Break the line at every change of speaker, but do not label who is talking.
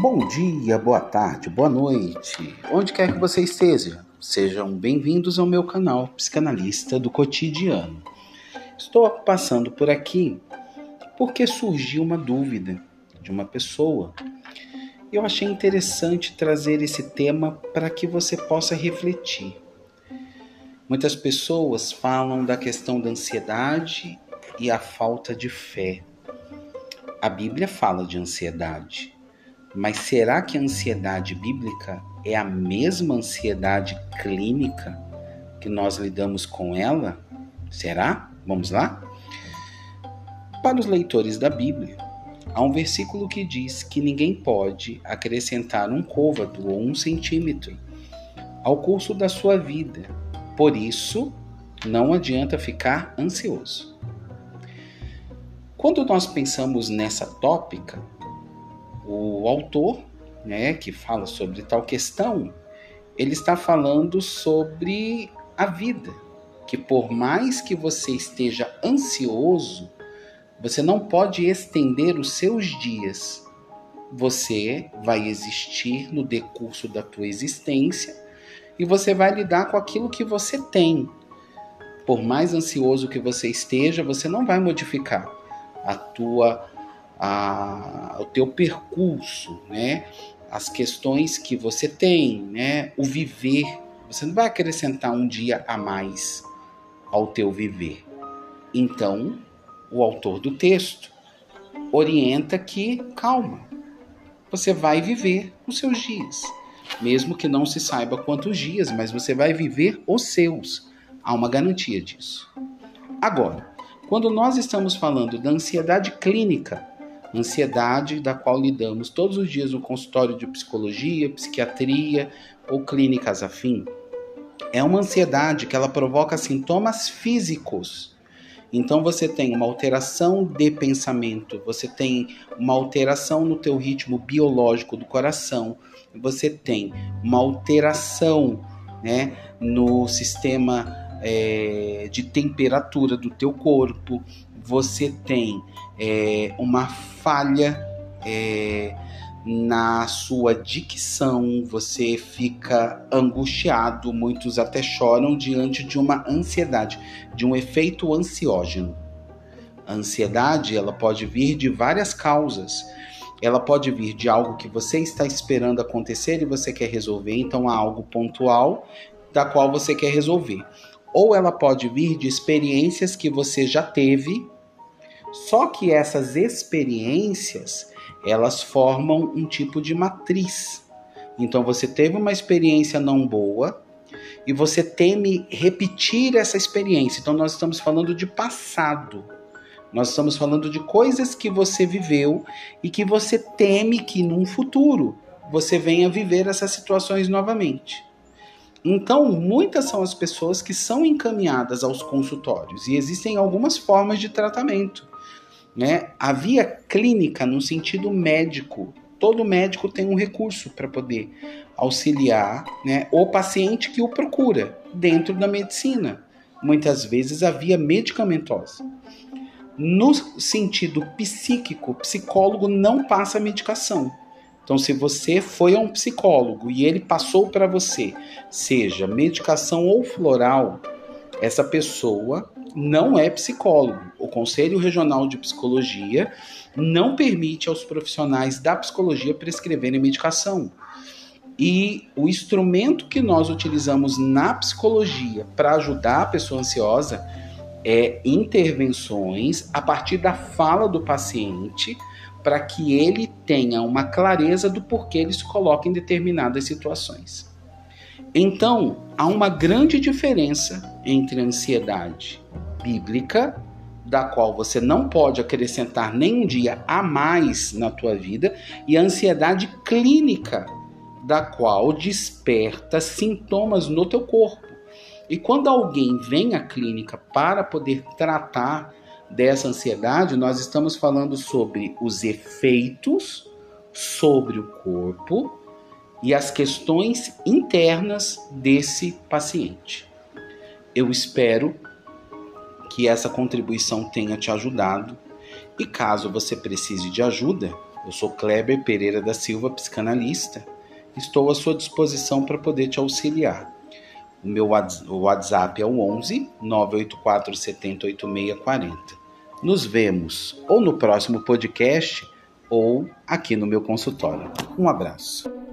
Bom dia, boa tarde, boa noite, onde quer que você esteja. Sejam bem-vindos ao meu canal Psicanalista do Cotidiano. Estou passando por aqui porque surgiu uma dúvida de uma pessoa. Eu achei interessante trazer esse tema para que você possa refletir. Muitas pessoas falam da questão da ansiedade e a falta de fé. A Bíblia fala de ansiedade. Mas será que a ansiedade bíblica é a mesma ansiedade clínica que nós lidamos com ela? Será? Vamos lá? Para os leitores da Bíblia, há um versículo que diz que ninguém pode acrescentar um côvado ou 1 centímetro ao curso da sua vida. Por isso, não adianta ficar ansioso. Quando nós pensamos nessa tópica, o autor, que fala sobre tal questão, ele está falando sobre a vida, que por mais que você esteja ansioso, você não pode estender os seus dias. Você vai existir no decurso da tua existência e você vai lidar com aquilo que você tem. Por mais ansioso que você esteja, você não vai modificar o teu percurso, as questões que você tem, o viver. Você não vai acrescentar um dia a mais ao teu viver. Então, o autor do texto orienta que, calma, você vai viver os seus dias, mesmo que não se saiba quantos dias, mas você vai viver os seus. Há uma garantia disso. Agora, quando nós estamos falando da ansiedade clínica, ansiedade da qual lidamos todos os dias no consultório de psicologia, psiquiatria ou clínicas afim, é uma ansiedade que ela provoca sintomas físicos. Então você tem uma alteração de pensamento, você tem uma alteração no teu ritmo biológico do coração, você tem uma alteração, no sistema de temperatura do teu corpo, você tem uma falha na sua dicção, você fica angustiado, muitos até choram diante de uma ansiedade, de um efeito ansiógeno. A ansiedade, ela pode vir de várias causas. Ela pode vir de algo que você está esperando acontecer e você quer resolver, então há algo pontual da qual você quer resolver. Ou ela pode vir de experiências que você já teve, só que essas experiências, elas formam um tipo de matriz. Então você teve uma experiência não boa e você teme repetir essa experiência. Então nós estamos falando de passado. Nós estamos falando de coisas que você viveu e que você teme que num futuro você venha viver essas situações novamente. Então, muitas são as pessoas que são encaminhadas aos consultórios e existem algumas formas de tratamento. A via clínica, no sentido médico, todo médico tem um recurso para poder auxiliar o paciente que o procura dentro da medicina. Muitas vezes a via medicamentosa. No sentido psíquico, o psicólogo não passa medicação. Então, se você foi a um psicólogo e ele passou para você, seja medicação ou floral, essa pessoa não é psicólogo. O Conselho Regional de Psicologia não permite aos profissionais da psicologia prescreverem medicação. E o instrumento que nós utilizamos na psicologia para ajudar a pessoa ansiosa é intervenções a partir da fala do paciente, para que ele tenha uma clareza do porquê ele se coloca em determinadas situações. Então, há uma grande diferença entre a ansiedade bíblica, da qual você não pode acrescentar nem um dia a mais na tua vida, e a ansiedade clínica, da qual desperta sintomas no teu corpo. E quando alguém vem à clínica para poder tratar dessa ansiedade, nós estamos falando sobre os efeitos sobre o corpo e as questões internas desse paciente. Eu espero que essa contribuição tenha te ajudado e caso você precise de ajuda, Eu sou Kleber Pereira da Silva, psicanalista. Estou à sua disposição para poder te auxiliar. O meu WhatsApp é o 11 984 70 8640. Nos vemos ou no próximo podcast ou aqui no meu consultório. Um abraço.